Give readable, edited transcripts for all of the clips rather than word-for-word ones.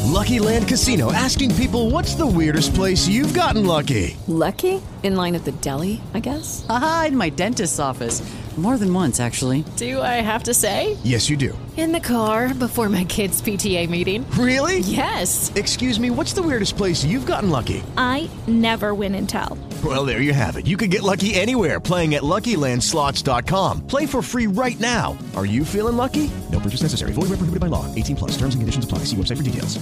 Lucky Land Casino, asking people, what's the weirdest place you've gotten lucky? Lucky? In line at the deli, I guess? Aha, in my dentist's office. More than once, actually. Do I have to say? Yes, you do. In the car before my kids' PTA meeting. Really? Yes. Excuse me, what's the weirdest place you've gotten lucky? I never win and tell. Well, there you have it. You can get lucky anywhere, playing at LuckyLandSlots.com. Play for free right now. Are you feeling lucky? No purchase necessary. Void where prohibited by law. 18 plus. Terms and conditions apply. See website for details.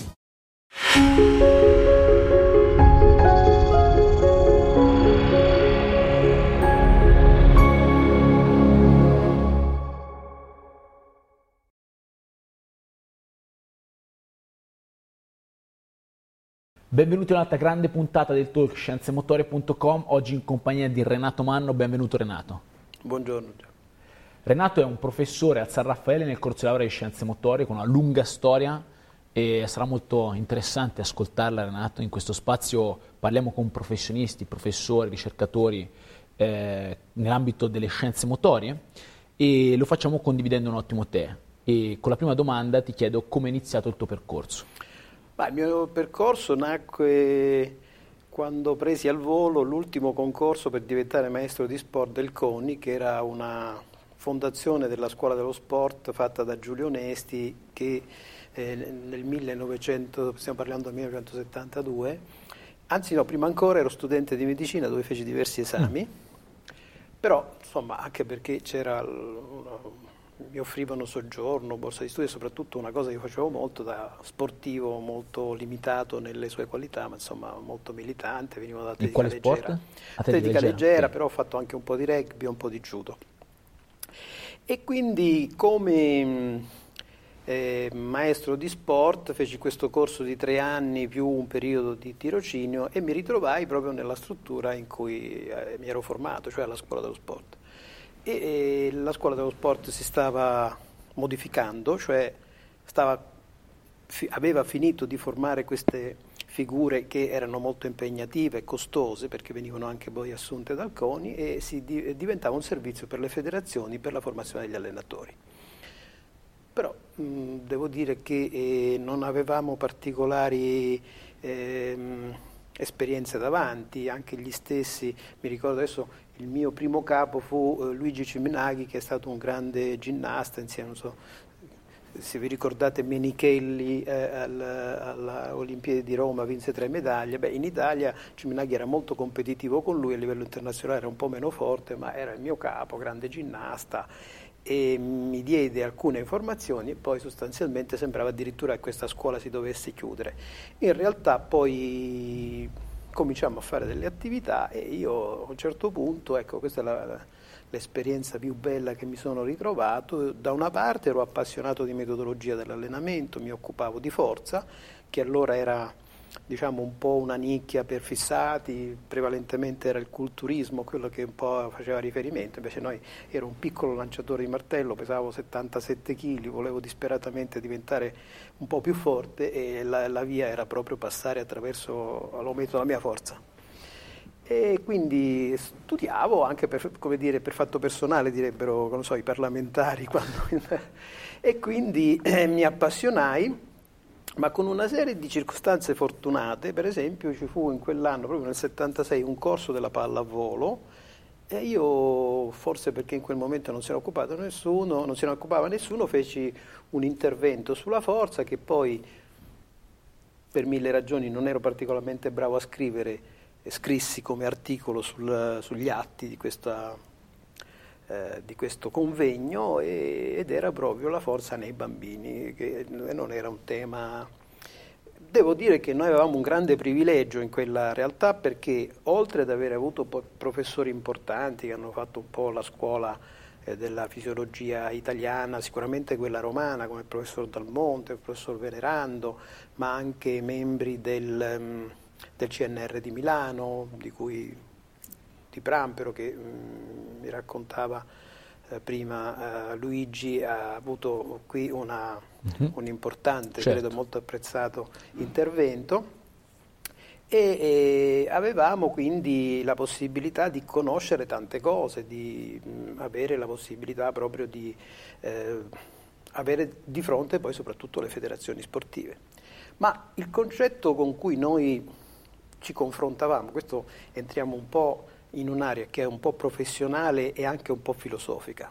Benvenuti a un'altra grande puntata del talk scienzemotorie.com, oggi in compagnia di Renato Manno. Benvenuto Renato. Buongiorno. Renato è un professore a San Raffaele nel corso di laurea di Scienze Motorie con una lunga storia e sarà molto interessante ascoltarla, Renato. In questo spazio parliamo con professionisti, professori, ricercatori nell'ambito delle scienze motorie e lo facciamo condividendo un ottimo te. E con la prima domanda ti chiedo come è iniziato il tuo percorso. Il mio percorso nacque quando presi al volo l'ultimo concorso per diventare maestro di sport del CONI, che era una fondazione della scuola dello sport fatta da Giulio Onesti, che nel 1900, stiamo parlando del 1972, anzi no, prima ancora ero studente di medicina dove feci diversi esami, però insomma anche perché mi offrivano soggiorno, borsa di studio e soprattutto una cosa che facevo molto da sportivo, molto limitato nelle sue qualità, ma insomma molto militante, venivo da atletica leggera. Sport? Atletica leggera, sì. Però ho fatto anche un po' di rugby, un po' di judo. E quindi come maestro di sport feci questo corso di 3 anni più un periodo di tirocinio e mi ritrovai proprio nella struttura in cui mi ero formato, cioè alla scuola dello sport. E la scuola dello sport si stava modificando, cioè aveva finito di formare queste figure che erano molto impegnative e costose perché venivano anche poi assunte dal CONI e diventava un servizio per le federazioni per la formazione degli allenatori. Però devo dire che non avevamo particolari esperienze davanti, anche gli stessi, mi ricordo adesso il mมprimo capo fu Luigi Ciminaghi, che è stato un grande ginnasta, insieme, non so se vi ricordate Menichelli alla Olimpiadi di Roma vinse 3 medaglie. In Italia Ciminaghi era molto competitivo con lui, a livello internazionale era un po' meno forte, ma era il mio capo, grande ginnasta, e mi diede alcune informazioni e poi sostanzialmente sembrava addirittura che questa scuola si dovesse chiudere. In realtà poi cominciamo a fare delle attività e io a un certo punto, ecco, questa è l'esperienza più bella che mi sono ritrovato. Da una parte ero appassionato di metodologia dell'allenamento, mi occupavo di forza, che allora era diciamo un po' una nicchia per fissati, prevalentemente era il culturismo quello che un po' faceva riferimento, invece ero un piccolo lanciatore di martello, pesavo 77 kg, volevo disperatamente diventare un po' più forte e la via era proprio passare attraverso l'aumento della mia forza. E quindi studiavo anche per fatto personale, direbbero, non so, i parlamentari, e quindi mi appassionai, ma con una serie di circostanze fortunate. Per esempio ci fu in quell'anno, proprio nel 76, un corso della pallavolo e io, forse perché in quel momento non se ne occupava nessuno, feci un intervento sulla forza che poi per 1000 ragioni non ero particolarmente bravo a scrivere, e scrissi come articolo sugli atti di questo convegno ed era proprio la forza nei bambini, che non era un tema. Devo dire che noi avevamo un grande privilegio in quella realtà perché oltre ad avere avuto professori importanti che hanno fatto un po' la scuola della fisiologia italiana, sicuramente quella romana come il professor Dal Monte, il professor Venerando, ma anche membri del CNR di Milano, di Prampero, che mi raccontava prima Luigi, ha avuto qui un importante, certo, credo molto apprezzato intervento, e avevamo quindi la possibilità di conoscere tante cose, di avere la possibilità proprio di avere di fronte poi soprattutto le federazioni sportive. Ma il concetto con cui noi ci confrontavamo, questo entriamo un po' in un'area che è un po' professionale e anche un po' filosofica.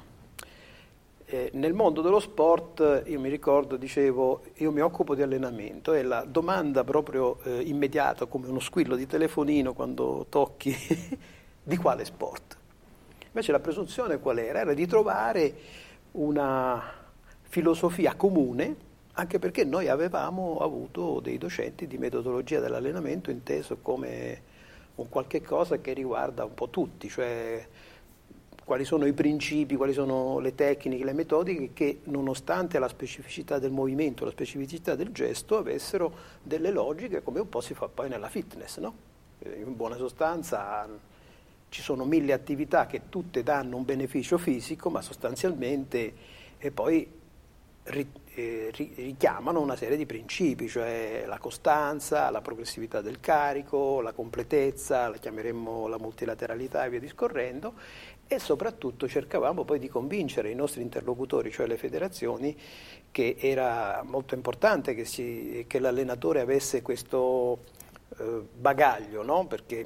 Nel mondo dello sport, io mi ricordo, dicevo, io mi occupo di allenamento e la domanda proprio immediata, come uno squillo di telefonino quando tocchi, di quale sport? Invece la presunzione qual era? Era di trovare una filosofia comune, anche perché noi avevamo avuto dei docenti di metodologia dell'allenamento inteso come un qualche cosa che riguarda un po' tutti, cioè quali sono i principi, quali sono le tecniche, le metodiche che nonostante la specificità del movimento, la specificità del gesto, avessero delle logiche come un po' si fa poi nella fitness, no? In buona sostanza ci sono 1000 attività che tutte danno un beneficio fisico, ma sostanzialmente poi richiamano una serie di principi, cioè la costanza, la progressività del carico, la completezza, la chiameremmo la multilateralità e via discorrendo, e soprattutto cercavamo poi di convincere i nostri interlocutori, cioè le federazioni, che era molto importante che l'allenatore avesse questo bagaglio, no? Perché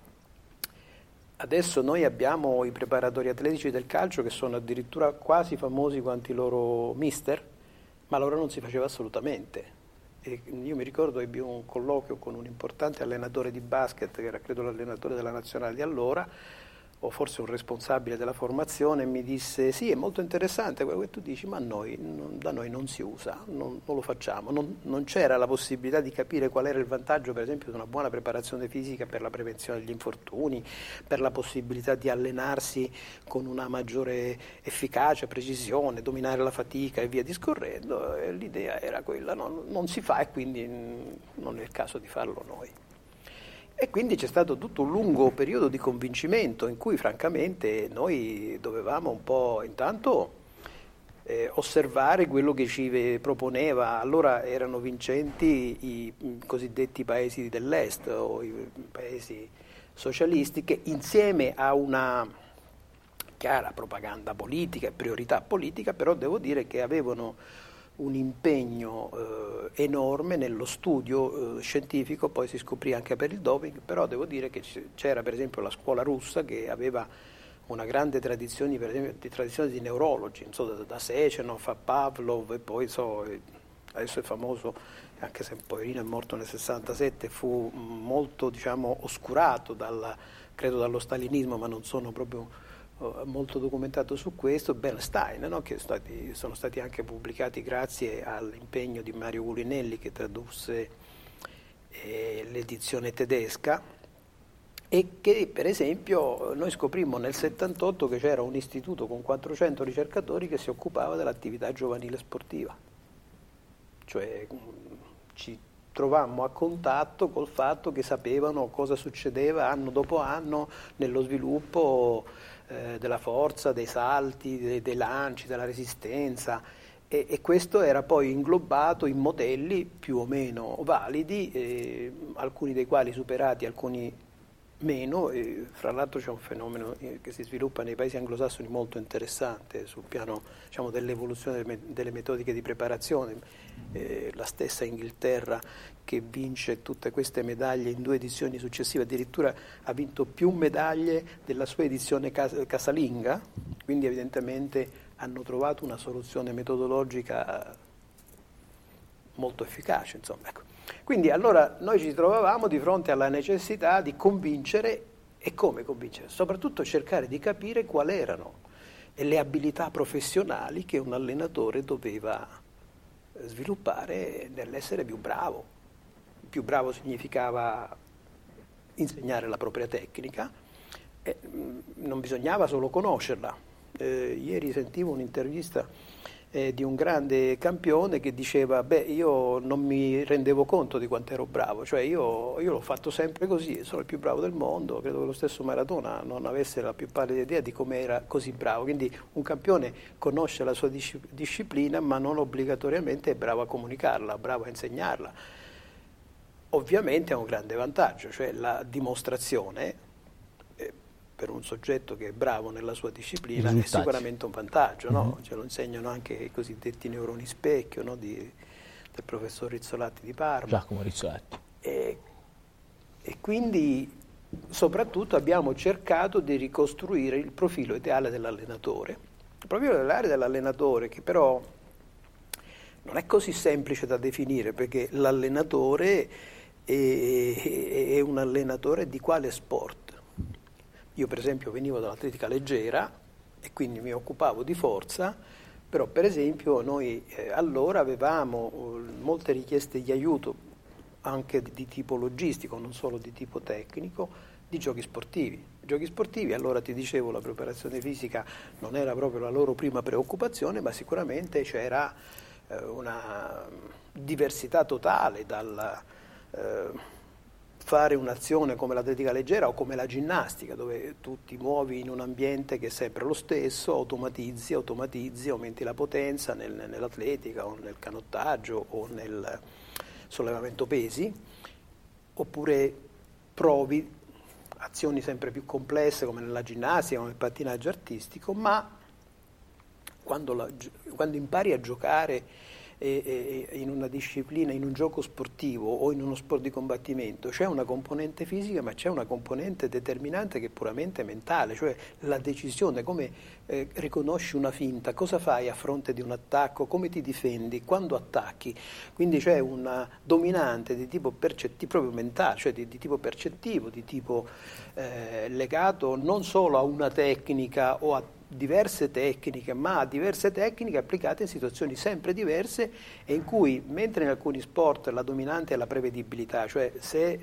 adesso noi abbiamo i preparatori atletici del calcio che sono addirittura quasi famosi quanti i loro mister, ma allora non si faceva assolutamente. E io mi ricordo ebbi un colloquio con un importante allenatore di basket, che era credo l'allenatore della nazionale di allora, o forse un responsabile della formazione, e mi disse sì, è molto interessante quello che tu dici, ma da noi non si usa, non lo facciamo, non c'era la possibilità di capire qual era il vantaggio per esempio di una buona preparazione fisica per la prevenzione degli infortuni, per la possibilità di allenarsi con una maggiore efficacia, precisione, dominare la fatica e via discorrendo, e l'idea era quella, no, non si fa e quindi non è il caso di farlo noi. E quindi c'è stato tutto un lungo periodo di convincimento in cui francamente noi dovevamo un po' intanto osservare quello che ci proponeva. Allora erano vincenti i cosiddetti paesi dell'est o i paesi socialisti, che insieme a una chiara propaganda politica e priorità politica, però devo dire che avevano un impegno enorme nello studio scientifico, poi si scoprì anche per il doping, però devo dire che c'era per esempio la scuola russa che aveva una grande tradizione, per esempio, di tradizione di neurologi, da Sechenov a Pavlov, e poi adesso è famoso, anche se poverino è morto nel 67, fu molto oscurato credo dallo stalinismo, ma non sono proprio molto documentato su questo, Bernstein, no? Che sono stati anche pubblicati grazie all'impegno di Mario Gulinelli che tradusse l'edizione tedesca, e che per esempio noi scoprimmo nel 78 che c'era un istituto con 400 ricercatori che si occupava dell'attività giovanile sportiva, cioè ci trovammo a contatto col fatto che sapevano cosa succedeva anno dopo anno nello sviluppo della forza, dei salti, dei lanci, della resistenza, e questo era poi inglobato in modelli più o meno validi, alcuni dei quali superati, alcuni meno, e fra l'altro c'è un fenomeno che si sviluppa nei paesi anglosassoni molto interessante sul piano dell'evoluzione delle metodiche di preparazione. La stessa Inghilterra, che vince tutte queste medaglie in 2 edizioni successive, addirittura ha vinto più medaglie della sua edizione casalinga, quindi evidentemente hanno trovato una soluzione metodologica molto efficace, insomma, ecco. Quindi allora noi ci trovavamo di fronte alla necessità di convincere, e come convincere? Soprattutto cercare di capire quali erano le abilità professionali che un allenatore doveva sviluppare nell'essere più bravo. Più bravo significava insegnare la propria tecnica, non bisognava solo conoscerla. Ieri sentivo un'intervista di un grande campione che diceva io non mi rendevo conto di quanto ero bravo, cioè io l'ho fatto sempre così, sono il più bravo del mondo. Credo che lo stesso Maradona non avesse la più pallida idea di come era così bravo. Quindi un campione conosce la sua disciplina, ma non obbligatoriamente è bravo a comunicarla, bravo a insegnarla. Ovviamente ha un grande vantaggio, cioè la dimostrazione per un soggetto che è bravo nella sua disciplina è sicuramente un vantaggio, no? Ce lo insegnano anche i cosiddetti neuroni specchio, no? di del professor Rizzolatti di Parma. Giacomo Rizzolatti. E quindi soprattutto abbiamo cercato di ricostruire il profilo ideale dell'allenatore. Il profilo ideale dell'allenatore che però non è così semplice da definire, perché l'allenatore è un allenatore di quale sport? Io per esempio venivo dall'atletica leggera e quindi mi occupavo di forza, però per esempio noi allora avevamo molte richieste di aiuto anche di tipo logistico, non solo di tipo tecnico, di giochi sportivi. Giochi sportivi, allora ti dicevo, la preparazione fisica non era proprio la loro prima preoccupazione, ma sicuramente c'era una diversità totale dal fare un'azione come l'atletica leggera o come la ginnastica, dove tu ti muovi in un ambiente che è sempre lo stesso, automatizzi, aumenti la potenza nell'atletica o nel canottaggio o nel sollevamento pesi, oppure provi azioni sempre più complesse come nella ginnastica, come il pattinaggio artistico, ma quando impari a giocare in una disciplina, in un gioco sportivo o in uno sport di combattimento, c'è una componente fisica ma c'è una componente determinante che è puramente mentale, cioè la decisione, come riconosci una finta, cosa fai a fronte di un attacco, come ti difendi, quando attacchi, quindi c'è una dominante di tipo percettivo, proprio mentale, cioè di tipo percettivo, di tipo legato non solo a una tecnica o a diverse tecniche, ma diverse tecniche applicate in situazioni sempre diverse e in cui, mentre in alcuni sport la dominante è la prevedibilità, cioè se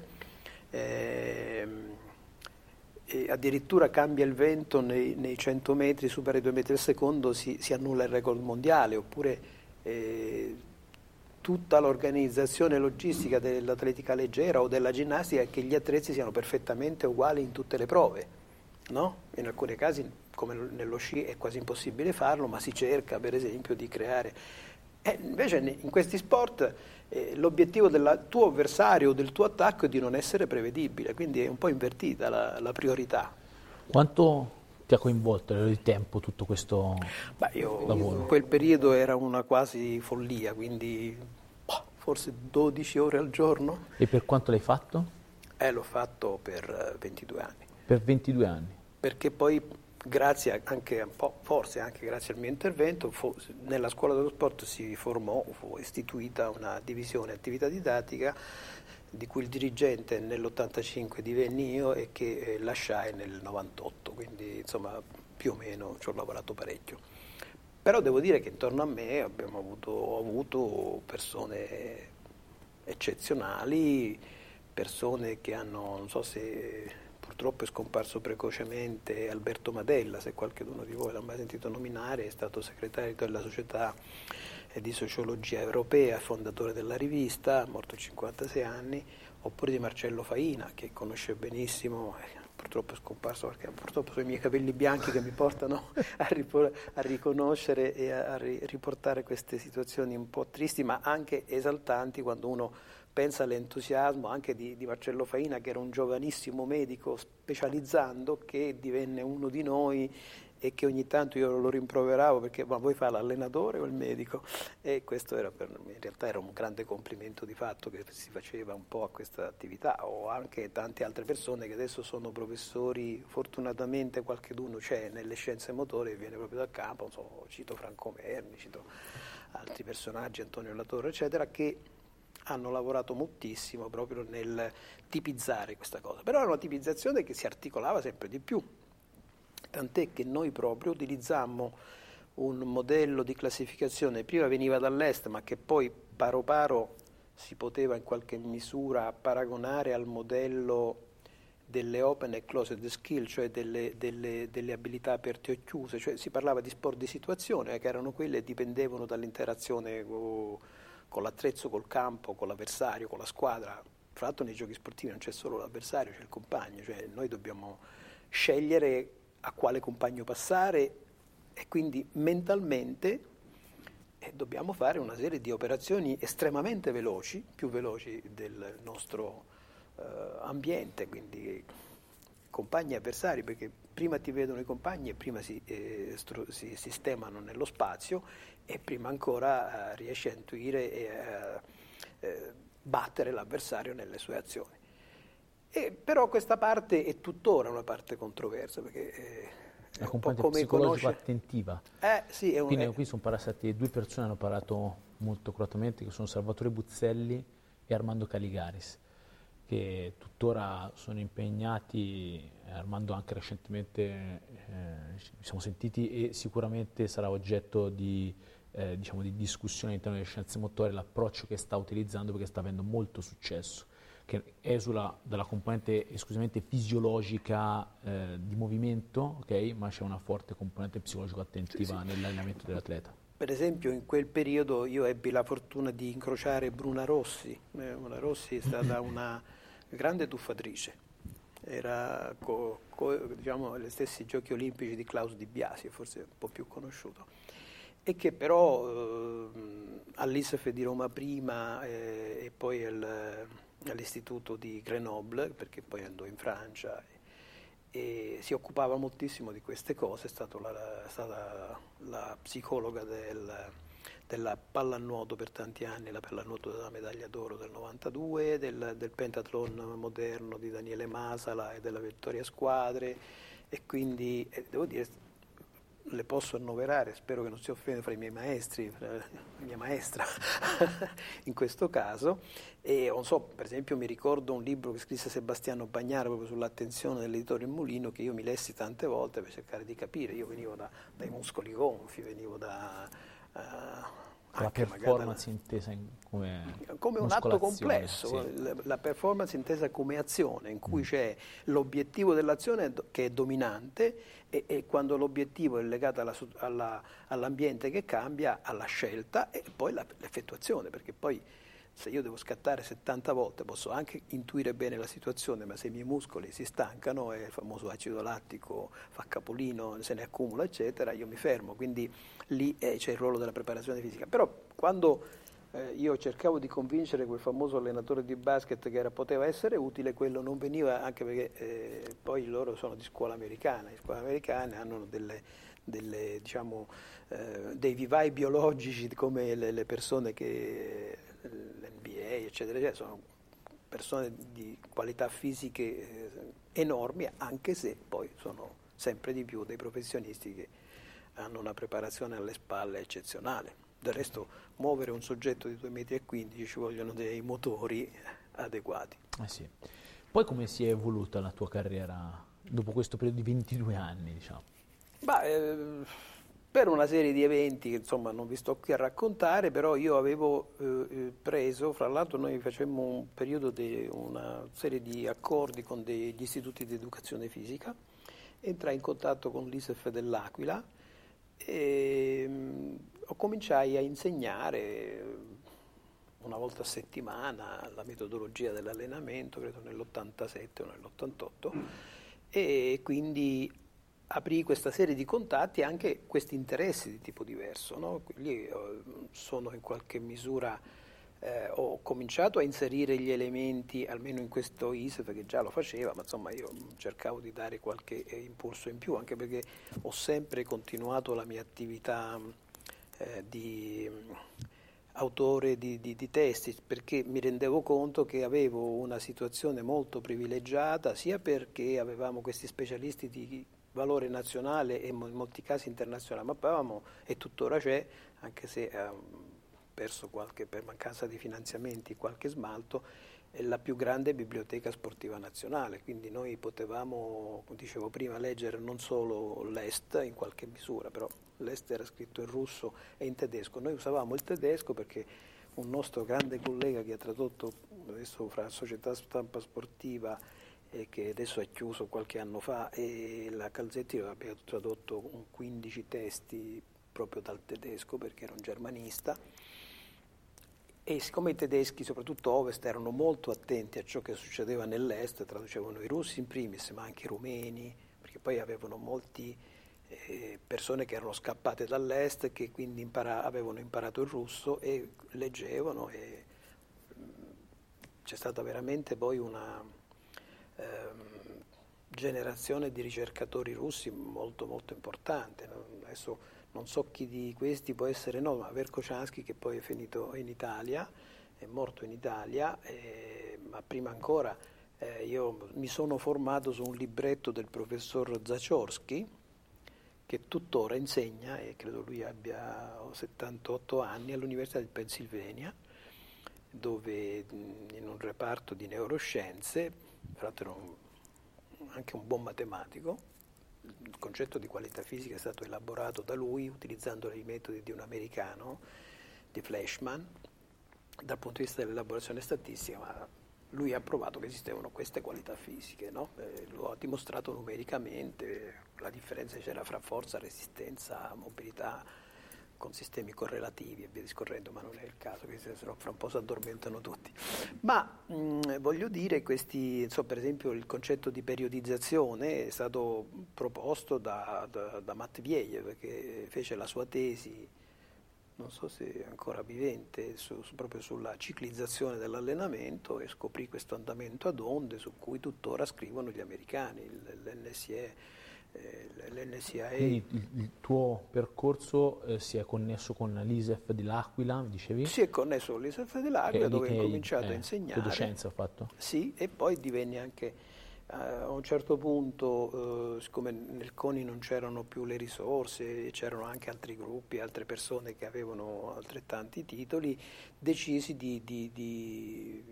addirittura cambia il vento nei 100 metri, supera i 2 metri al secondo, si annulla il record mondiale, oppure tutta l'organizzazione logistica dell'atletica leggera o della ginnastica è che gli attrezzi siano perfettamente uguali in tutte le prove, no? In alcuni casi, come nello sci, è quasi impossibile farlo, ma si cerca per esempio di creare. Invece in questi sport l'obiettivo del tuo avversario o del tuo attacco è di non essere prevedibile, quindi è un po' invertita la priorità. Quanto ti ha coinvolto nel tempo tutto questo lavoro? In quel periodo era una quasi follia, quindi forse 12 ore al giorno. E per quanto l'hai fatto? L'ho fatto per 22 anni. Per 22 anni? Perché poi grazie anche forse anche grazie al mio intervento, nella scuola dello sport fu istituita una divisione attività didattica di cui il dirigente nell'85 divenni io e che lasciai nel 98, quindi insomma più o meno ci ho lavorato parecchio. Però devo dire che intorno a me ho avuto persone eccezionali, persone che hanno, non so se purtroppo è scomparso precocemente Alberto Madella, se qualcuno di voi l'ha mai sentito nominare, è stato segretario della Società di Sociologia Europea, fondatore della rivista, morto a 56 anni, oppure di Marcello Faina, che conosce benissimo, purtroppo è scomparso perché purtroppo sono i miei capelli bianchi che mi portano a riconoscere e a riportare queste situazioni un po' tristi, ma anche esaltanti quando uno pensa all'entusiasmo anche di Marcello Faina, che era un giovanissimo medico specializzando, che divenne uno di noi e che ogni tanto io lo rimproveravo perché ma vuoi fare l'allenatore o il medico? E questo era per me, in realtà era un grande complimento di fatto che si faceva un po' a questa attività, o anche tante altre persone che adesso sono professori, fortunatamente qualcheduno c'è nelle scienze motorie e viene proprio dal campo, cito Franco Merni, cito altri personaggi, Antonio Latorre eccetera, che hanno lavorato moltissimo proprio nel tipizzare questa cosa, però era una tipizzazione che si articolava sempre di più, tant'è che noi proprio utilizzammo un modello di classificazione, prima veniva dall'est ma che poi paro paro si poteva in qualche misura paragonare al modello delle open e closed skill, cioè delle abilità aperte o chiuse, cioè si parlava di sport di situazione, che erano quelle che dipendevano dall'interazione con l'attrezzo, col campo, con l'avversario, con la squadra. Fra l'altro nei giochi sportivi non c'è solo l'avversario, c'è il compagno, cioè noi dobbiamo scegliere a quale compagno passare e quindi mentalmente dobbiamo fare una serie di operazioni estremamente veloci, più veloci del nostro ambiente, quindi compagni avversari, perché prima ti vedono i compagni e prima si sistemano nello spazio e prima ancora riesci a intuire e battere l'avversario nelle sue azioni. Però questa parte è tuttora una parte controversa, perché la è un po' componente come psicologica attentiva. Sì, Quindi qui sono stati due persone hanno parlato molto croatamente, che sono Salvatore Buzzelli e Armando Caligaris, che tuttora sono impegnati. Armando anche recentemente ci siamo sentiti e sicuramente sarà oggetto di discussione all'interno delle scienze motorie l'approccio che sta utilizzando, perché sta avendo molto successo, che esula dalla componente esclusivamente fisiologica di movimento, okay? Ma c'è una forte componente psicologico-attentiva nell'allenamento dell'atleta. Per esempio in quel periodo io ebbi la fortuna di incrociare Bruna Rossi. Bruna Rossi è stata una grande tuffatrice, era diciamo gli stessi giochi olimpici di Klaus Di Biasi, forse un po' più conosciuto, e che però all'ISEF di Roma prima e poi all'istituto di Grenoble, perché poi andò in Francia e si occupava moltissimo di queste cose, è stata la psicologa della pallanuoto per tanti anni, la pallanuoto della medaglia d'oro del 92, del pentathlon moderno di Daniele Masala e della Vittoria Squadre, e quindi devo dire le posso annoverare, spero che non si offenda fra i miei maestri, la mia maestra in questo caso. E non so, per esempio mi ricordo un libro che scrisse Sebastiano Bagnara proprio sull'attenzione dell'editore Il Mulino, che io mi lessi tante volte per cercare di capire. Io venivo dai muscoli gonfi, venivo la performance intesa come un atto complesso, sì. La performance intesa come azione, in cui c'è l'obiettivo dell'azione che è dominante e quando l'obiettivo è legato all'ambiente che cambia, alla scelta e poi l'effettuazione, perché poi se io devo scattare 70 volte posso anche intuire bene la situazione, ma se i miei muscoli si stancano e il famoso acido lattico fa capolino, se ne accumula eccetera, io mi fermo, quindi lì c'è il ruolo della preparazione fisica. Però quando io cercavo di convincere quel famoso allenatore di basket che poteva essere utile, quello non veniva, anche perché poi loro sono di scuola americana, le scuole americane hanno diciamo, dei vivai biologici come le persone che l'NBA eccetera, eccetera, sono persone di qualità fisiche enormi, anche se poi sono sempre di più dei professionisti che hanno una preparazione alle spalle eccezionale. Del resto muovere un soggetto di 2,15 m ci vogliono dei motori adeguati. Sì. Poi come si è evoluta la tua carriera dopo questo periodo di 22 anni, diciamo? Per una serie di eventi che insomma non vi sto qui a raccontare, però io avevo preso, fra l'altro noi facemmo un periodo di una serie di accordi con degli istituti di educazione fisica, entrai in contatto con l'ISEF dell'Aquila e cominciai a insegnare una volta a settimana la metodologia dell'allenamento, credo nell'87 o nell'88, e quindi aprì questa serie di contatti e anche questi interessi di tipo diverso, no? Quindi sono in qualche misura, ho cominciato a inserire gli elementi, almeno in questo ISEF che già lo faceva, ma insomma io cercavo di dare qualche impulso in più, anche perché ho sempre continuato la mia attività di autore di testi, perché mi rendevo conto che avevo una situazione molto privilegiata, sia perché avevamo questi specialisti di valore nazionale e in molti casi internazionale, ma poi avevamo, e tuttora c'è, anche se ha perso per mancanza di finanziamenti qualche smalto, la più grande biblioteca sportiva nazionale, quindi noi potevamo, come dicevo prima, leggere non solo l'Est in qualche misura, però l'Est era scritto in russo e in tedesco. Noi usavamo il tedesco perché un nostro grande collega che ha tradotto adesso fra Società Stampa Sportiva, che adesso è chiuso qualche anno fa, e la Calzetti aveva tradotto 15 testi proprio dal tedesco perché era un germanista, e siccome i tedeschi, soprattutto ovest, erano molto attenti a ciò che succedeva nell'est, traducevano i russi in primis, ma anche i rumeni, perché poi avevano molti persone che erano scappate dall'est, che quindi avevano imparato il russo e leggevano, e c'è stata veramente poi una generazione di ricercatori russi molto molto importante. Adesso non so chi di questi può essere ma Verkhochansky, che poi è finito in Italia, è morto in Italia, ma prima ancora io mi sono formato su un libretto del professor Zachorsky, che tuttora insegna, e credo lui abbia 78 anni, all'Università del Pennsylvania, dove in un reparto di neuroscienze, tra l'altro anche un buon matematico, il concetto di qualità fisica è stato elaborato da lui utilizzando i metodi di un americano, di Fleischmann, dal punto di vista dell'elaborazione statistica, ma lui ha provato che esistevano queste qualità fisiche, no? Lo ha dimostrato numericamente, la differenza c'era fra forza, resistenza, mobilità, con sistemi correlativi e via discorrendo, ma non è il caso, che se no fra un po' si addormentano tutti. Ma voglio dire, per esempio il concetto di periodizzazione è stato proposto da Matveev, che fece la sua tesi, non so se è ancora vivente, proprio sulla ciclizzazione dell'allenamento, e scoprì questo andamento ad onde su cui tuttora scrivono gli americani, l'NSA. Quindi il tuo percorso si è connesso con l'ISEF di L'Aquila, mi dicevi? Si è connesso con l'ISEF di L'Aquila, dove ho cominciato a insegnare. Che docenza ho fatto? Sì, e poi divenne anche, a un certo punto, siccome nel CONI non c'erano più le risorse, c'erano anche altri gruppi, altre persone che avevano altrettanti titoli, decisi di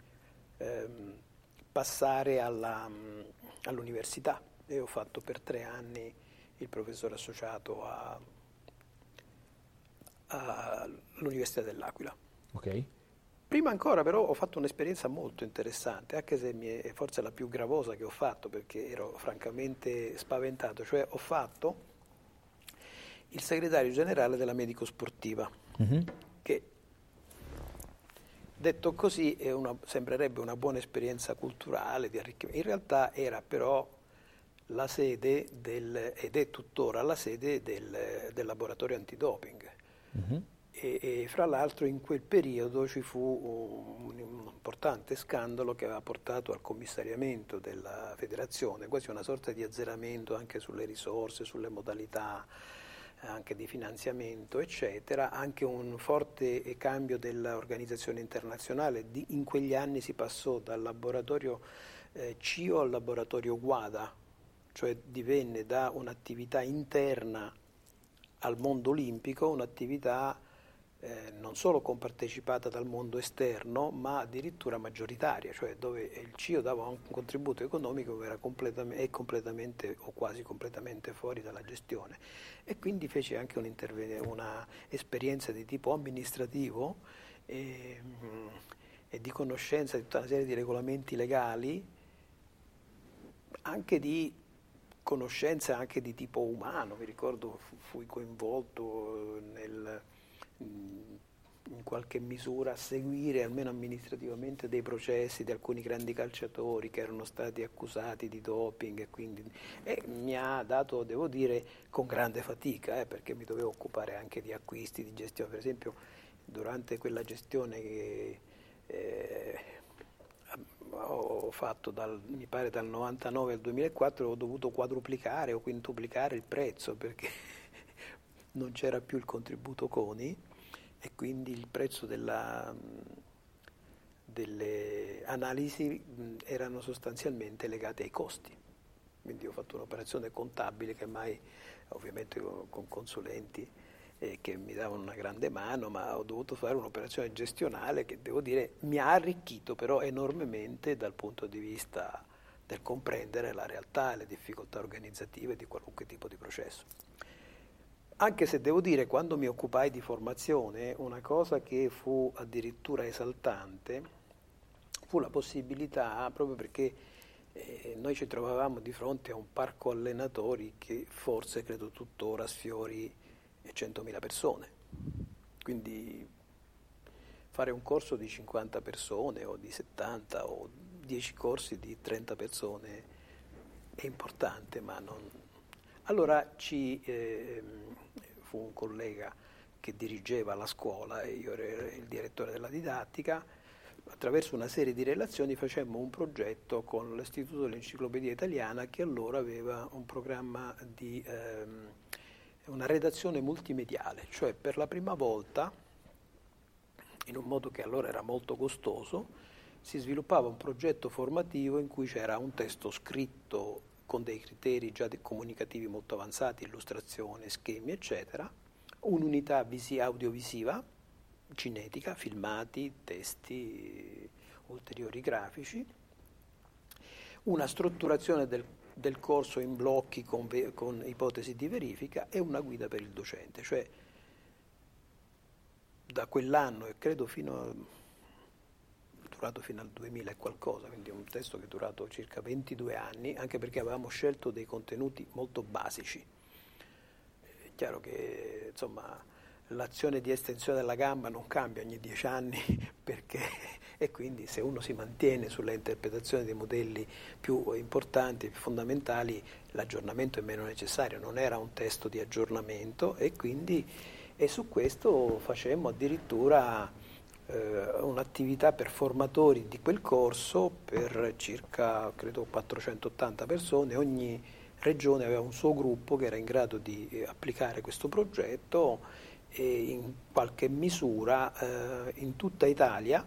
passare all'università. E ho fatto per 3 anni il professore associato all'Università dell'Aquila. Ok. Prima ancora però ho fatto un'esperienza molto interessante, anche se è forse la più gravosa che ho fatto, perché ero francamente spaventato, cioè ho fatto il segretario generale della Medico Sportiva, che detto così sembrerebbe una buona esperienza culturale, di arricchimento. In realtà era però la sede ed è tuttora la sede del laboratorio antidoping. E fra l'altro in quel periodo ci fu un importante scandalo che aveva portato al commissariamento della federazione, quasi una sorta di azzeramento anche sulle risorse, sulle modalità anche di finanziamento, eccetera, anche un forte cambio dell'organizzazione internazionale. In quegli anni si passò dal laboratorio CIO al laboratorio WADA, cioè divenne da un'attività interna al mondo olimpico un'attività non solo compartecipata dal mondo esterno, ma addirittura maggioritaria, cioè dove il CIO dava un contributo economico che era completamente o quasi completamente fuori dalla gestione. E quindi fece anche una esperienza di tipo amministrativo e di conoscenza di tutta una serie di regolamenti legali, anche di conoscenze anche di tipo umano. Mi ricordo fui coinvolto in qualche misura a seguire almeno amministrativamente dei processi di alcuni grandi calciatori che erano stati accusati di doping, e mi ha dato, devo dire, con grande fatica, perché mi dovevo occupare anche di acquisti, di gestione. Per esempio durante quella gestione che ho fatto mi pare dal 99 al 2004, ho dovuto quadruplicare o quintuplicare il prezzo, perché non c'era più il contributo CONI e quindi il prezzo delle analisi erano sostanzialmente legate ai costi. Quindi ho fatto un'operazione contabile che mai, ovviamente con consulenti che mi davano una grande mano, ma ho dovuto fare un'operazione gestionale che, devo dire, mi ha arricchito però enormemente dal punto di vista del comprendere la realtà e le difficoltà organizzative di qualunque tipo di processo. Anche se devo dire, quando mi occupai di formazione, una cosa che fu addirittura esaltante fu la possibilità, proprio perché noi ci trovavamo di fronte a un parco allenatori che forse, credo tuttora, sfiori 100.000 persone. Quindi fare un corso di 50 persone o di 70 o 10 corsi di 30 persone è importante, ma non... Allora fu un collega che dirigeva la scuola e io ero il direttore della didattica, attraverso una serie di relazioni facemmo un progetto con l'Istituto dell'Enciclopedia Italiana, che allora aveva un programma di una redazione multimediale, cioè per la prima volta, in un modo che allora era molto costoso, si sviluppava un progetto formativo in cui c'era un testo scritto con dei criteri già comunicativi molto avanzati, illustrazione, schemi, eccetera, un'unità audiovisiva, cinetica, filmati, testi, ulteriori grafici, una strutturazione del corso in blocchi con ipotesi di verifica e una guida per il docente. Cioè, da quell'anno, e credo durato fino al 2000 e qualcosa, quindi è un testo che è durato circa 22 anni, anche perché avevamo scelto dei contenuti molto basici. È chiaro che, insomma, l'azione di estensione della gamba non cambia ogni 10 anni, e quindi se uno si mantiene sulla interpretazione dei modelli più importanti, più fondamentali, l'aggiornamento è meno necessario. Non era un testo di aggiornamento, e su questo facemmo addirittura un'attività per formatori di quel corso per circa, credo, 480 persone. Ogni regione aveva un suo gruppo che era in grado di applicare questo progetto, e in qualche misura in tutta Italia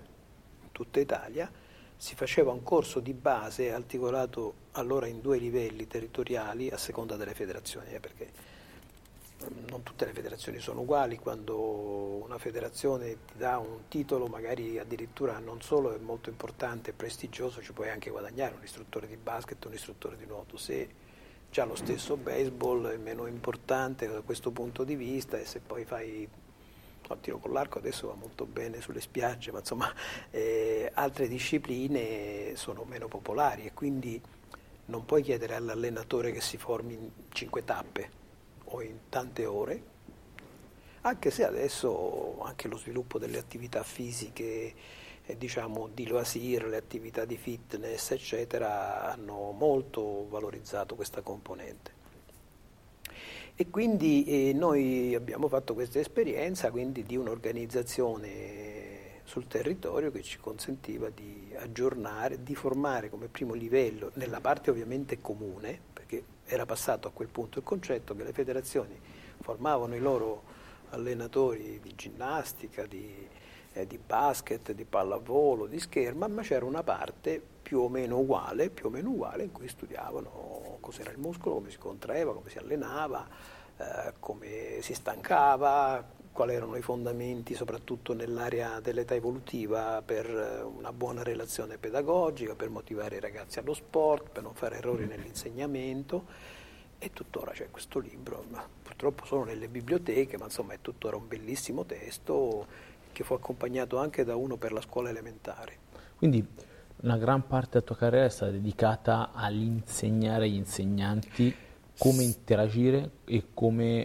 si faceva un corso di base articolato allora in 2 livelli territoriali a seconda delle federazioni, perché non tutte le federazioni sono uguali. Quando una federazione ti dà un titolo, magari addirittura non solo è molto importante e prestigioso, ci puoi anche guadagnare, un istruttore di basket, un istruttore di nuoto. Se già lo stesso baseball è meno importante da questo punto di vista, e se poi fai il tiro con l'arco adesso va molto bene sulle spiagge, ma insomma altre discipline sono meno popolari, e quindi non puoi chiedere all'allenatore che si formi in 5 tappe o in tante ore, anche se adesso anche lo sviluppo delle attività fisiche, diciamo di loisir, le attività di fitness eccetera, hanno molto valorizzato questa componente. E quindi noi abbiamo fatto questa esperienza quindi di un'organizzazione sul territorio che ci consentiva di aggiornare, di formare come primo livello, nella parte ovviamente comune, perché era passato a quel punto il concetto che le federazioni formavano i loro allenatori di ginnastica, di basket, di pallavolo, di scherma, ma c'era una parte più o meno uguale in cui studiavano cos'era il muscolo, come si contraeva, come si allenava, come si stancava, quali erano i fondamenti soprattutto nell'area dell'età evolutiva per una buona relazione pedagogica, per motivare i ragazzi allo sport, per non fare errori nell'insegnamento. E tuttora c'è questo libro, ma purtroppo solo nelle biblioteche, ma insomma è tuttora un bellissimo testo che fu accompagnato anche da uno per la scuola elementare. Quindi una gran parte della tua carriera è stata dedicata all'insegnare agli insegnanti come interagire e come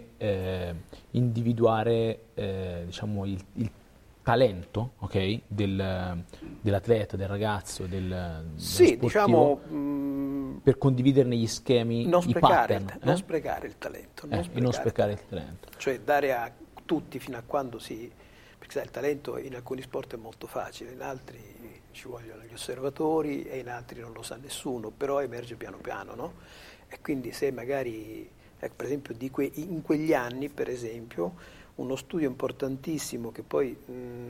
individuare diciamo il talento, okay, dell'atleta, del ragazzo, del sportivo, diciamo, per condividerne gli schemi, i pattern. Non sprecare il talento. Non sprecare il talento. Cioè dare a tutti fino a quando perché sai, il talento in alcuni sport è molto facile, in altri ci vogliono gli osservatori e in altri non lo sa nessuno, però emerge piano piano, no? E quindi se magari, per esempio in quegli anni, per esempio, uno studio importantissimo che poi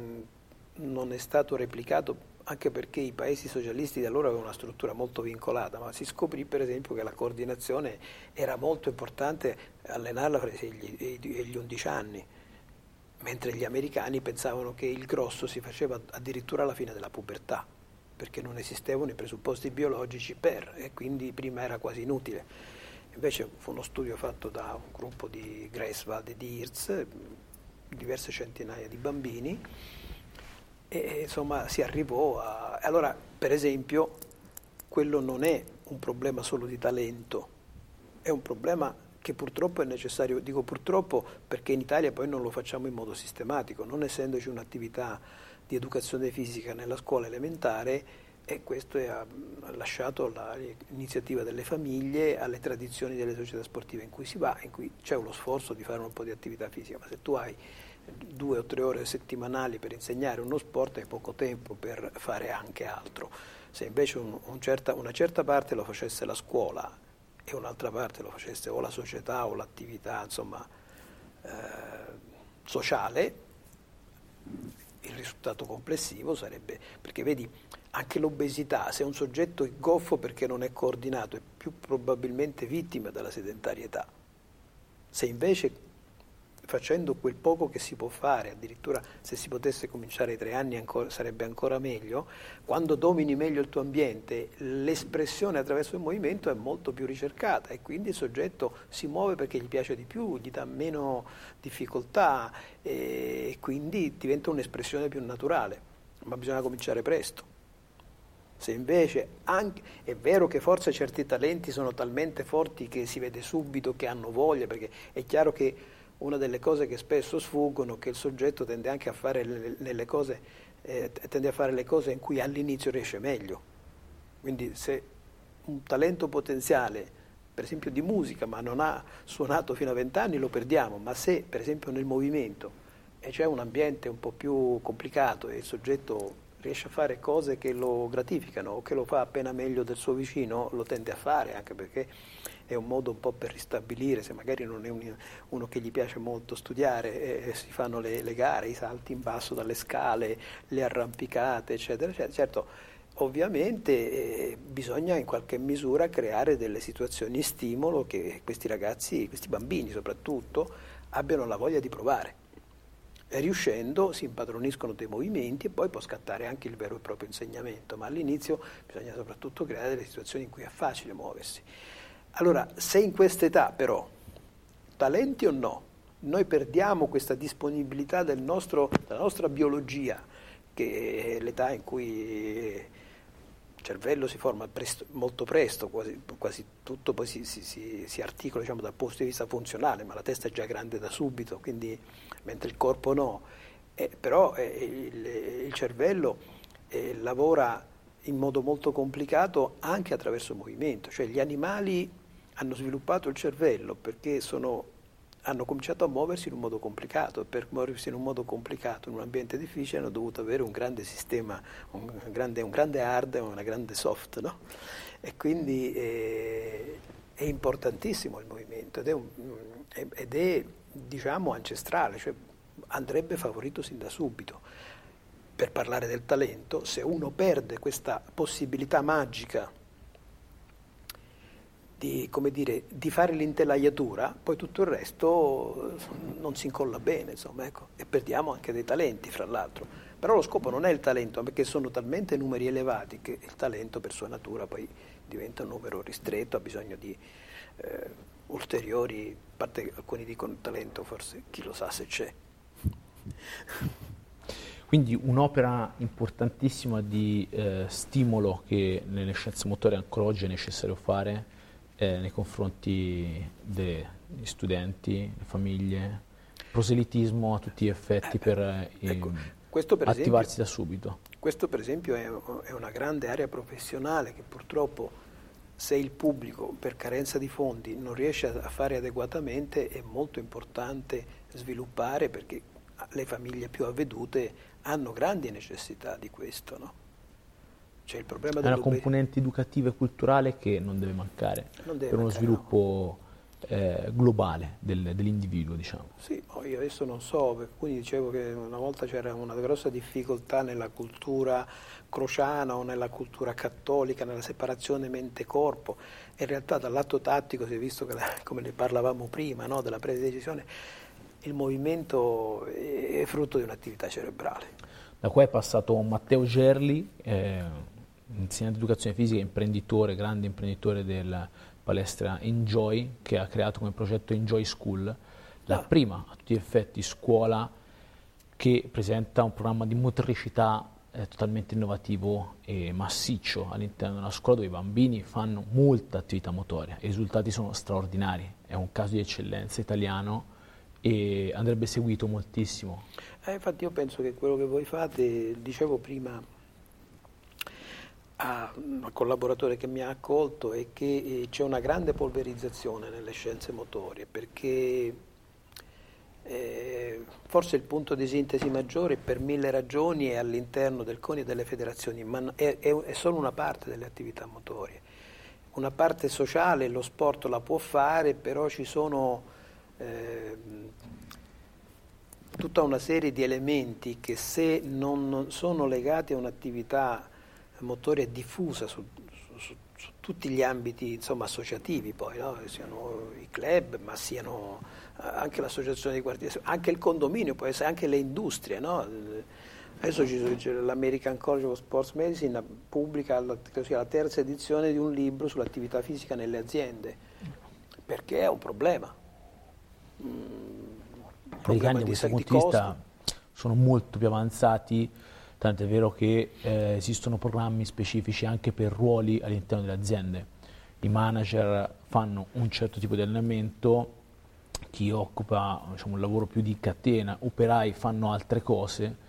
non è stato replicato anche perché i paesi socialisti di allora avevano una struttura molto vincolata, ma si scoprì per esempio che la coordinazione era molto importante allenarla fra gli 11 anni, mentre gli americani pensavano che il grosso si faceva addirittura alla fine della pubertà, perché non esistevano i presupposti biologici e quindi prima era quasi inutile. Invece fu uno studio fatto da un gruppo di Greifswald e di Hirsch, diverse centinaia di bambini, e insomma si arrivò a... Allora, per esempio, quello non è un problema solo di talento, è un problema che purtroppo è necessario, dico purtroppo perché in Italia poi non lo facciamo in modo sistematico, non essendoci un'attività di educazione fisica nella scuola elementare, e questo ha lasciato l'iniziativa delle famiglie alle tradizioni delle società sportive in cui si va, in cui c'è lo sforzo di fare un po' di attività fisica, ma se tu hai 2 o 3 ore settimanali per insegnare uno sport, hai poco tempo per fare anche altro. Se invece una certa parte lo facesse la scuola e un'altra parte lo facesse o la società o l'attività, insomma, sociale, il risultato complessivo sarebbe, perché vedi, anche l'obesità, se un soggetto è goffo perché non è coordinato, è più probabilmente vittima della sedentarietà. Se invece facendo quel poco che si può fare, addirittura se si potesse cominciare ai 3 anni sarebbe ancora meglio, quando domini meglio il tuo ambiente, l'espressione attraverso il movimento è molto più ricercata e quindi il soggetto si muove perché gli piace di più, gli dà meno difficoltà e quindi diventa un'espressione più naturale, ma bisogna cominciare presto. Se invece è vero che forse certi talenti sono talmente forti che si vede subito che hanno voglia, perché è chiaro che una delle cose che spesso sfuggono è che il soggetto tende anche a fare tende a fare le cose in cui all'inizio riesce meglio. Quindi se un talento potenziale, per esempio di musica, ma non ha suonato fino a 20 anni, lo perdiamo, ma se per esempio nel movimento e c'è un ambiente un po' più complicato e il soggetto riesce a fare cose che lo gratificano o che lo fa appena meglio del suo vicino, lo tende a fare, anche perché è un modo un po' per ristabilire, se magari non è uno che gli piace molto studiare, si fanno le gare, i salti in basso dalle scale, le arrampicate, eccetera, eccetera. Certo, ovviamente bisogna in qualche misura creare delle situazioni di stimolo che questi ragazzi, questi bambini soprattutto, abbiano la voglia di provare. E riuscendo si impadroniscono dei movimenti e poi può scattare anche il vero e proprio insegnamento, ma all'inizio bisogna soprattutto creare delle situazioni in cui è facile muoversi. Allora, se in questa età però, talenti o no, noi perdiamo questa disponibilità della nostra biologia, che è l'età in cui il cervello si forma molto presto, quasi tutto poi si articola, diciamo, dal punto di vista funzionale, ma la testa è già grande da subito, quindi, mentre il corpo no. Però il cervello lavora in modo molto complicato anche attraverso il movimento, cioè gli animali hanno sviluppato il cervello perché hanno cominciato a muoversi in un modo complicato, e per muoversi in un modo complicato in un ambiente difficile hanno dovuto avere un grande sistema, un grande hard e una grande soft, no? E quindi è importantissimo il movimento ed è diciamo ancestrale, cioè andrebbe favorito sin da subito. Per parlare del talento, se uno perde questa possibilità magica di fare l'intelaiatura, poi tutto il resto non si incolla bene, insomma, ecco. E perdiamo anche dei talenti, fra l'altro. Però lo scopo non è il talento, perché sono talmente numeri elevati che il talento per sua natura poi diventa un numero ristretto, ha bisogno di ulteriori, a parte che alcuni dicono talento, forse chi lo sa se c'è. Quindi un'opera importantissima di stimolo che nelle scienze motorie ancora oggi è necessario fare nei confronti degli studenti, le famiglie, proselitismo a tutti gli effetti per questo per attivarsi esempio, da subito. Questo per esempio è una grande area professionale che purtroppo, se il pubblico per carenza di fondi non riesce a fare adeguatamente, è molto importante sviluppare, perché le famiglie più avvedute hanno grandi necessità di questo, no? Cioè il problema è una componente educativa e culturale che non deve mancare per uno sviluppo globale dell'individuo, diciamo. Sì, io adesso non so, quindi dicevo che una volta c'era una grossa difficoltà nella cultura crociana o nella cultura cattolica, nella separazione mente-corpo. In realtà dal lato tattico si è visto che, come ne parlavamo prima, no, della presa di decisione, il movimento è frutto di un'attività cerebrale. Da qua è passato Matteo Gerli, insegnante di educazione fisica, imprenditore, grande imprenditore della palestra Enjoy, che ha creato come progetto Enjoy School, la prima a tutti gli effetti scuola che presenta un programma di motricità totalmente innovativo e massiccio all'interno della scuola, dove i bambini fanno molta attività motoria. I risultati sono straordinari, è un caso di eccellenza italiano e andrebbe seguito moltissimo. Infatti io penso che quello che voi fate, dicevo prima a un collaboratore che mi ha accolto, è che c'è una grande polverizzazione nelle scienze motorie, perché Forse il punto di sintesi maggiore per 1000 ragioni è all'interno del CONI e delle federazioni, ma è solo una parte delle attività motorie. Una parte sociale lo sport la può fare, però ci sono tutta una serie di elementi che, se non sono legati a un'attività motoria diffusa su tutti gli ambiti, insomma, associativi, poi, no? Siano i club, ma siano anche l'associazione di quartiere, anche il condominio, può essere anche le industrie, no? Adesso c'è l'American College of Sports Medicine pubblica la terza edizione di un libro sull'attività fisica nelle aziende, perché è un problema. Gli americani da questo punto di vista sono molto più avanzati, tanto è vero che esistono programmi specifici anche per ruoli all'interno delle aziende. I manager fanno un certo tipo di allenamento, chi occupa, diciamo, un lavoro più di catena, operai fanno altre cose,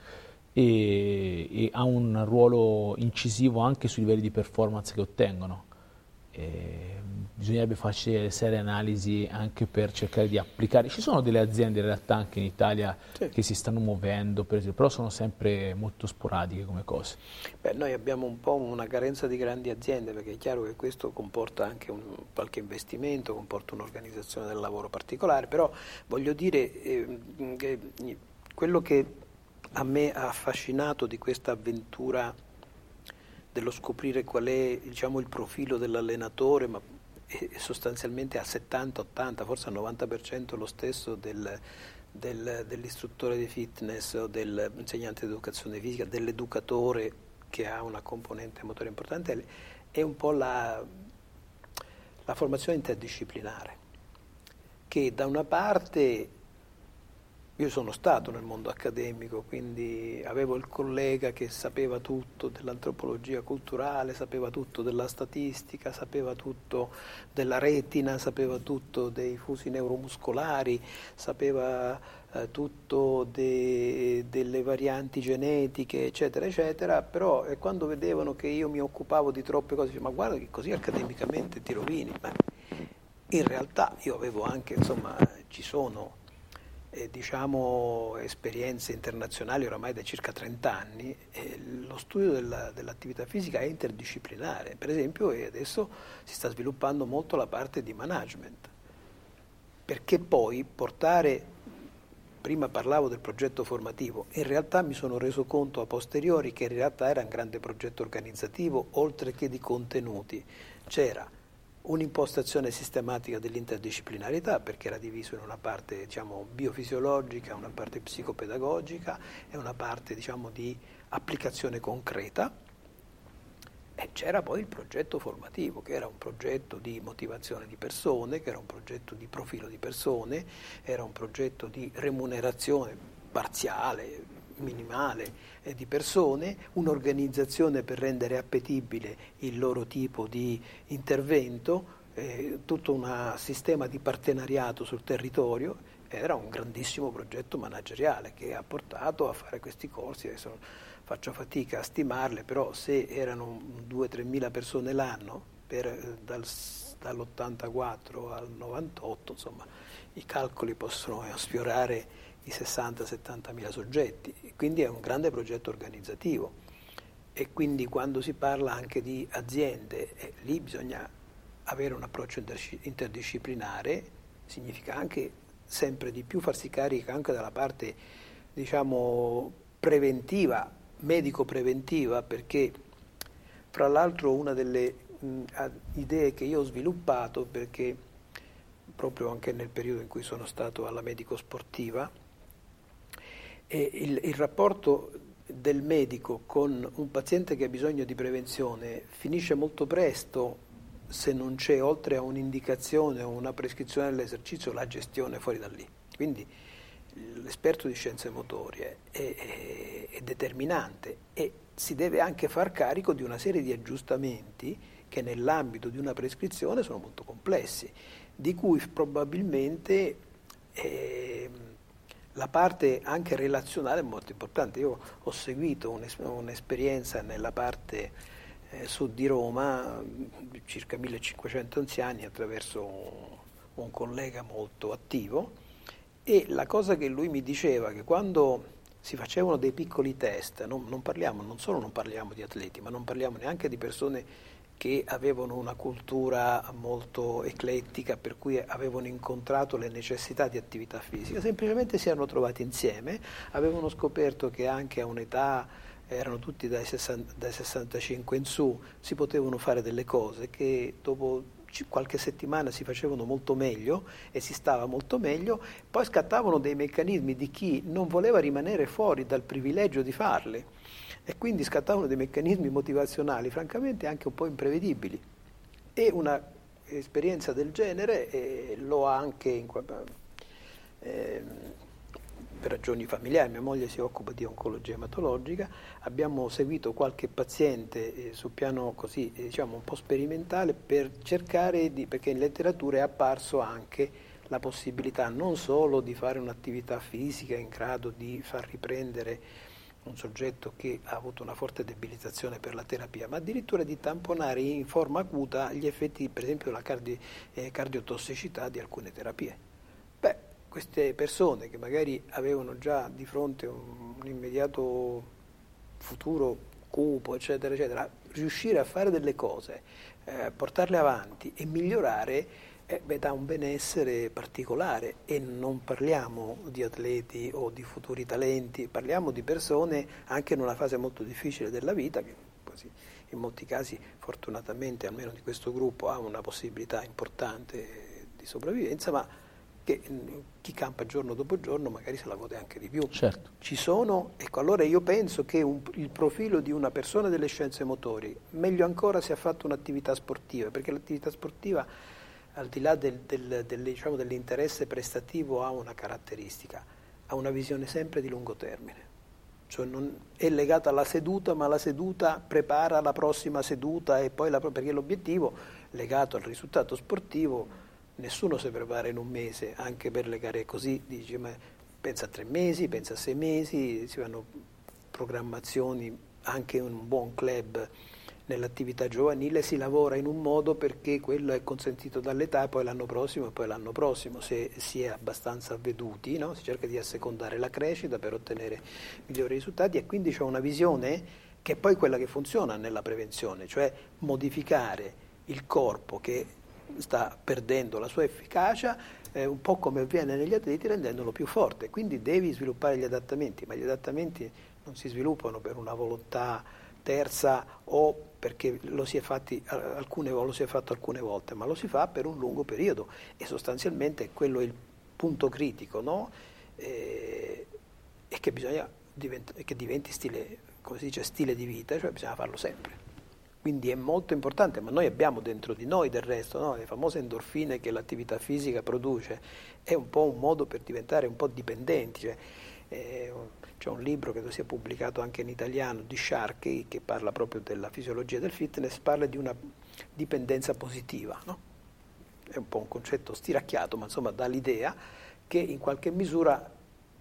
e ha un ruolo incisivo anche sui livelli di performance che ottengono. Bisognerebbe farci delle serie analisi anche per cercare di applicare. Ci sono delle aziende in realtà anche in Italia che si stanno muovendo, per esempio, però sono sempre molto sporadiche come cose. Noi abbiamo un po' una carenza di grandi aziende, perché è chiaro che questo comporta anche qualche investimento, comporta un'organizzazione del lavoro particolare, però voglio dire che quello che a me ha affascinato di questa avventura dello scoprire qual è, diciamo, il profilo dell'allenatore, ma è sostanzialmente al 70-80, forse al 90% lo stesso dell'istruttore di fitness o dell'insegnante di educazione fisica, dell'educatore che ha una componente motoria importante, è un po' la formazione interdisciplinare, che da una parte... Io sono stato nel mondo accademico, quindi avevo il collega che sapeva tutto dell'antropologia culturale, sapeva tutto della statistica, sapeva tutto della retina, sapeva tutto dei fusi neuromuscolari, sapeva tutto delle varianti genetiche, eccetera, eccetera, però quando vedevano che io mi occupavo di troppe cose, dicevano: ma guarda che così accademicamente ti rovini. Ma in realtà io avevo anche, insomma, ci sono... diciamo esperienze internazionali oramai da circa 30 anni, lo studio dell'attività fisica è interdisciplinare. Per esempio, adesso si sta sviluppando molto la parte di management, perché poi prima parlavo del progetto formativo, in realtà mi sono reso conto a posteriori che in realtà era un grande progetto organizzativo, oltre che di contenuti. C'era un'impostazione sistematica dell'interdisciplinarità, perché era diviso in una parte, diciamo, biofisiologica, una parte psicopedagogica e una parte, diciamo, di applicazione concreta, e c'era poi il progetto formativo, che era un progetto di motivazione di persone, che era un progetto di profilo di persone, era un progetto di remunerazione parziale, minimale di persone, un'organizzazione per rendere appetibile il loro tipo di intervento, tutto un sistema di partenariato sul territorio. Era un grandissimo progetto manageriale che ha portato a fare questi corsi. Adesso faccio fatica a stimarle, però se erano 2-3 mila persone l'anno dall'84 al 98, insomma, i calcoli possono sfiorare i 60-70 mila soggetti, quindi è un grande progetto organizzativo. E quindi quando si parla anche di aziende, lì bisogna avere un approccio interdisciplinare, significa anche sempre di più farsi carico anche dalla parte, diciamo, preventiva, medico-preventiva, perché fra l'altro una delle idee che io ho sviluppato, perché proprio anche nel periodo in cui sono stato alla medico sportiva, il rapporto del medico con un paziente che ha bisogno di prevenzione finisce molto presto se non c'è, oltre a un'indicazione o una prescrizione dell'esercizio, la gestione fuori da lì. Quindi l'esperto di scienze motorie è determinante e si deve anche far carico di una serie di aggiustamenti che nell'ambito di una prescrizione sono molto complessi, di cui probabilmente la parte anche relazionale è molto importante. Io ho seguito un'esperienza nella parte sud di Roma, circa 1500 anziani, attraverso un collega molto attivo, E la cosa che lui mi diceva, che quando si facevano dei piccoli test, non parliamo di atleti, ma non parliamo neanche di persone che avevano una cultura molto eclettica, per cui avevano incontrato le necessità di attività fisica, semplicemente si erano trovati insieme, avevano scoperto che anche a un'età, erano tutti dai 65 in su, si potevano fare delle cose che dopo qualche settimana si facevano molto meglio e si stava molto meglio, poi scattavano dei meccanismi di chi non voleva rimanere fuori dal privilegio di farli e quindi scattavano dei meccanismi motivazionali francamente anche un po' imprevedibili, e una esperienza del genere lo ha anche per ragioni familiari. Mia moglie si occupa di oncologia ematologica, abbiamo seguito qualche paziente sul piano così, diciamo, un po' sperimentale, per cercare perché in letteratura è apparso anche la possibilità non solo di fare un'attività fisica in grado di far riprendere un soggetto che ha avuto una forte debilitazione per la terapia, ma addirittura di tamponare in forma acuta gli effetti, per esempio, della cardiotossicità di alcune terapie. Queste persone che magari avevano già di fronte un immediato futuro cupo, eccetera, eccetera, riuscire a fare delle cose, portarle avanti e migliorare, dà un benessere particolare. E non parliamo di atleti o di futuri talenti, parliamo di persone anche in una fase molto difficile della vita, che così, in molti casi fortunatamente, almeno di questo gruppo, ha una possibilità importante di sopravvivenza, ma che chi campa giorno dopo giorno magari se la gode anche di più. Certo. Ci sono, ecco, allora io penso che il profilo di una persona delle scienze motori, meglio ancora se ha fatto un'attività sportiva, perché l'attività sportiva, al di là diciamo, dell'interesse prestativo, ha una caratteristica, ha una visione sempre di lungo termine. Cioè non è legata alla seduta, ma la seduta prepara la prossima seduta, e poi perché l'obiettivo legato al risultato sportivo, nessuno si prepara in un mese, anche per le gare così, dice, ma pensa a 3 mesi, pensa a 6 mesi, si fanno programmazioni, anche in un buon club nell'attività giovanile si lavora in un modo perché quello è consentito dall'età, poi l'anno prossimo, se si è abbastanza avveduti, no? Si cerca di assecondare la crescita per ottenere migliori risultati, e quindi c'è una visione che è poi quella che funziona nella prevenzione, cioè modificare il corpo che sta perdendo la sua efficacia, un po' come avviene negli atleti, rendendolo più forte. Quindi devi sviluppare gli adattamenti, ma gli adattamenti non si sviluppano per una volontà terza o perché lo si è fatto alcune volte, ma lo si fa per un lungo periodo, e sostanzialmente quello è il punto critico, no? E che bisogna che diventi stile, come si dice, stile di vita, cioè bisogna farlo sempre. Quindi è molto importante, ma noi abbiamo dentro di noi del resto, no? Le famose endorfine che l'attività fisica produce, è un po' un modo per diventare un po' dipendenti. Cioè, c'è un libro che sia pubblicato anche in italiano di Sharkey, che parla proprio della fisiologia del fitness, parla di una dipendenza positiva, no? È un po' un concetto stiracchiato, ma insomma dà l'idea che in qualche misura,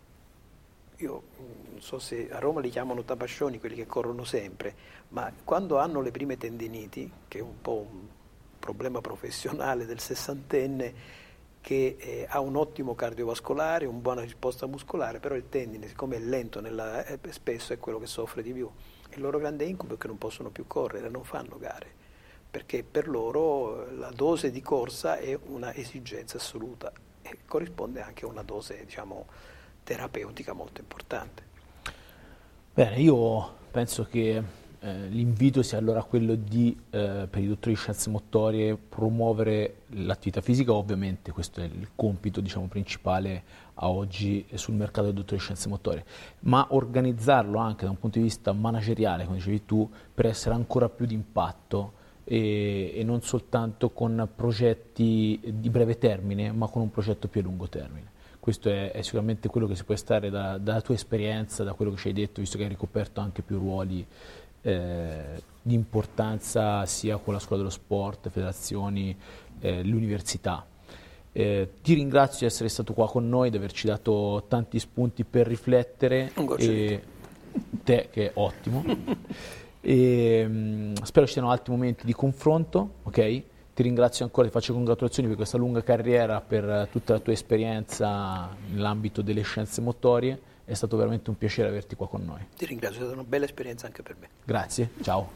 io non so se a Roma li chiamano tabascioni quelli che corrono sempre, ma quando hanno le prime tendiniti, che è un po' un problema professionale del sessantenne che ha un ottimo cardiovascolare, una buona risposta muscolare, però il tendine, siccome è lento spesso è quello che soffre di più. Il loro grande incubo è che non possono più correre, non fanno gare, perché per loro la dose di corsa è una esigenza assoluta e corrisponde anche a una dose, diciamo, terapeutica molto importante. Bene, io penso che l'invito sia allora quello di, per i dottori di scienze motorie, promuovere l'attività fisica. Ovviamente questo è il compito, diciamo, principale a oggi sul mercato dei dottori di scienze motorie, ma organizzarlo anche da un punto di vista manageriale, come dicevi tu, per essere ancora più di impatto e non soltanto con progetti di breve termine, ma con un progetto più a lungo termine. Questo è sicuramente quello che si può estare dalla tua esperienza, da quello che ci hai detto, visto che hai ricoperto anche più ruoli di importanza sia con la scuola dello sport, federazioni, l'università. Ti ringrazio di essere stato qua con noi, di averci dato tanti spunti per riflettere, e te che è ottimo. Spero ci siano altri momenti di confronto, ok? ti ringrazio ancora, ti faccio congratulazioni per questa lunga carriera, per tutta la tua esperienza nell'ambito delle scienze motorie. È stato veramente un piacere averti qua con noi. Ti ringrazio, è stata una bella esperienza anche per me. Grazie, ciao.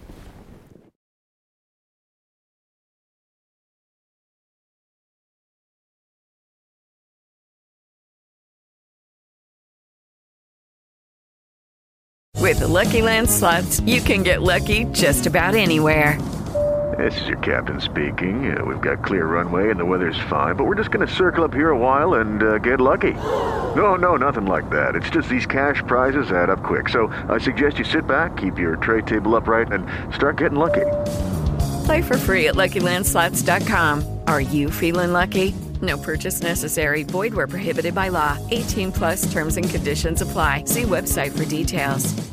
With the Lucky Land Slots, you can get lucky just about anywhere. This is your captain speaking. We've got clear runway and the weather's fine, but we're just going to circle up here a while and get lucky. No, nothing like that. It's just these cash prizes add up quick. So I suggest you sit back, keep your tray table upright, and start getting lucky. Play for free at LuckyLandSlots.com. Are you feeling lucky? No purchase necessary. Void where prohibited by law. 18+ terms and conditions apply. See website for details.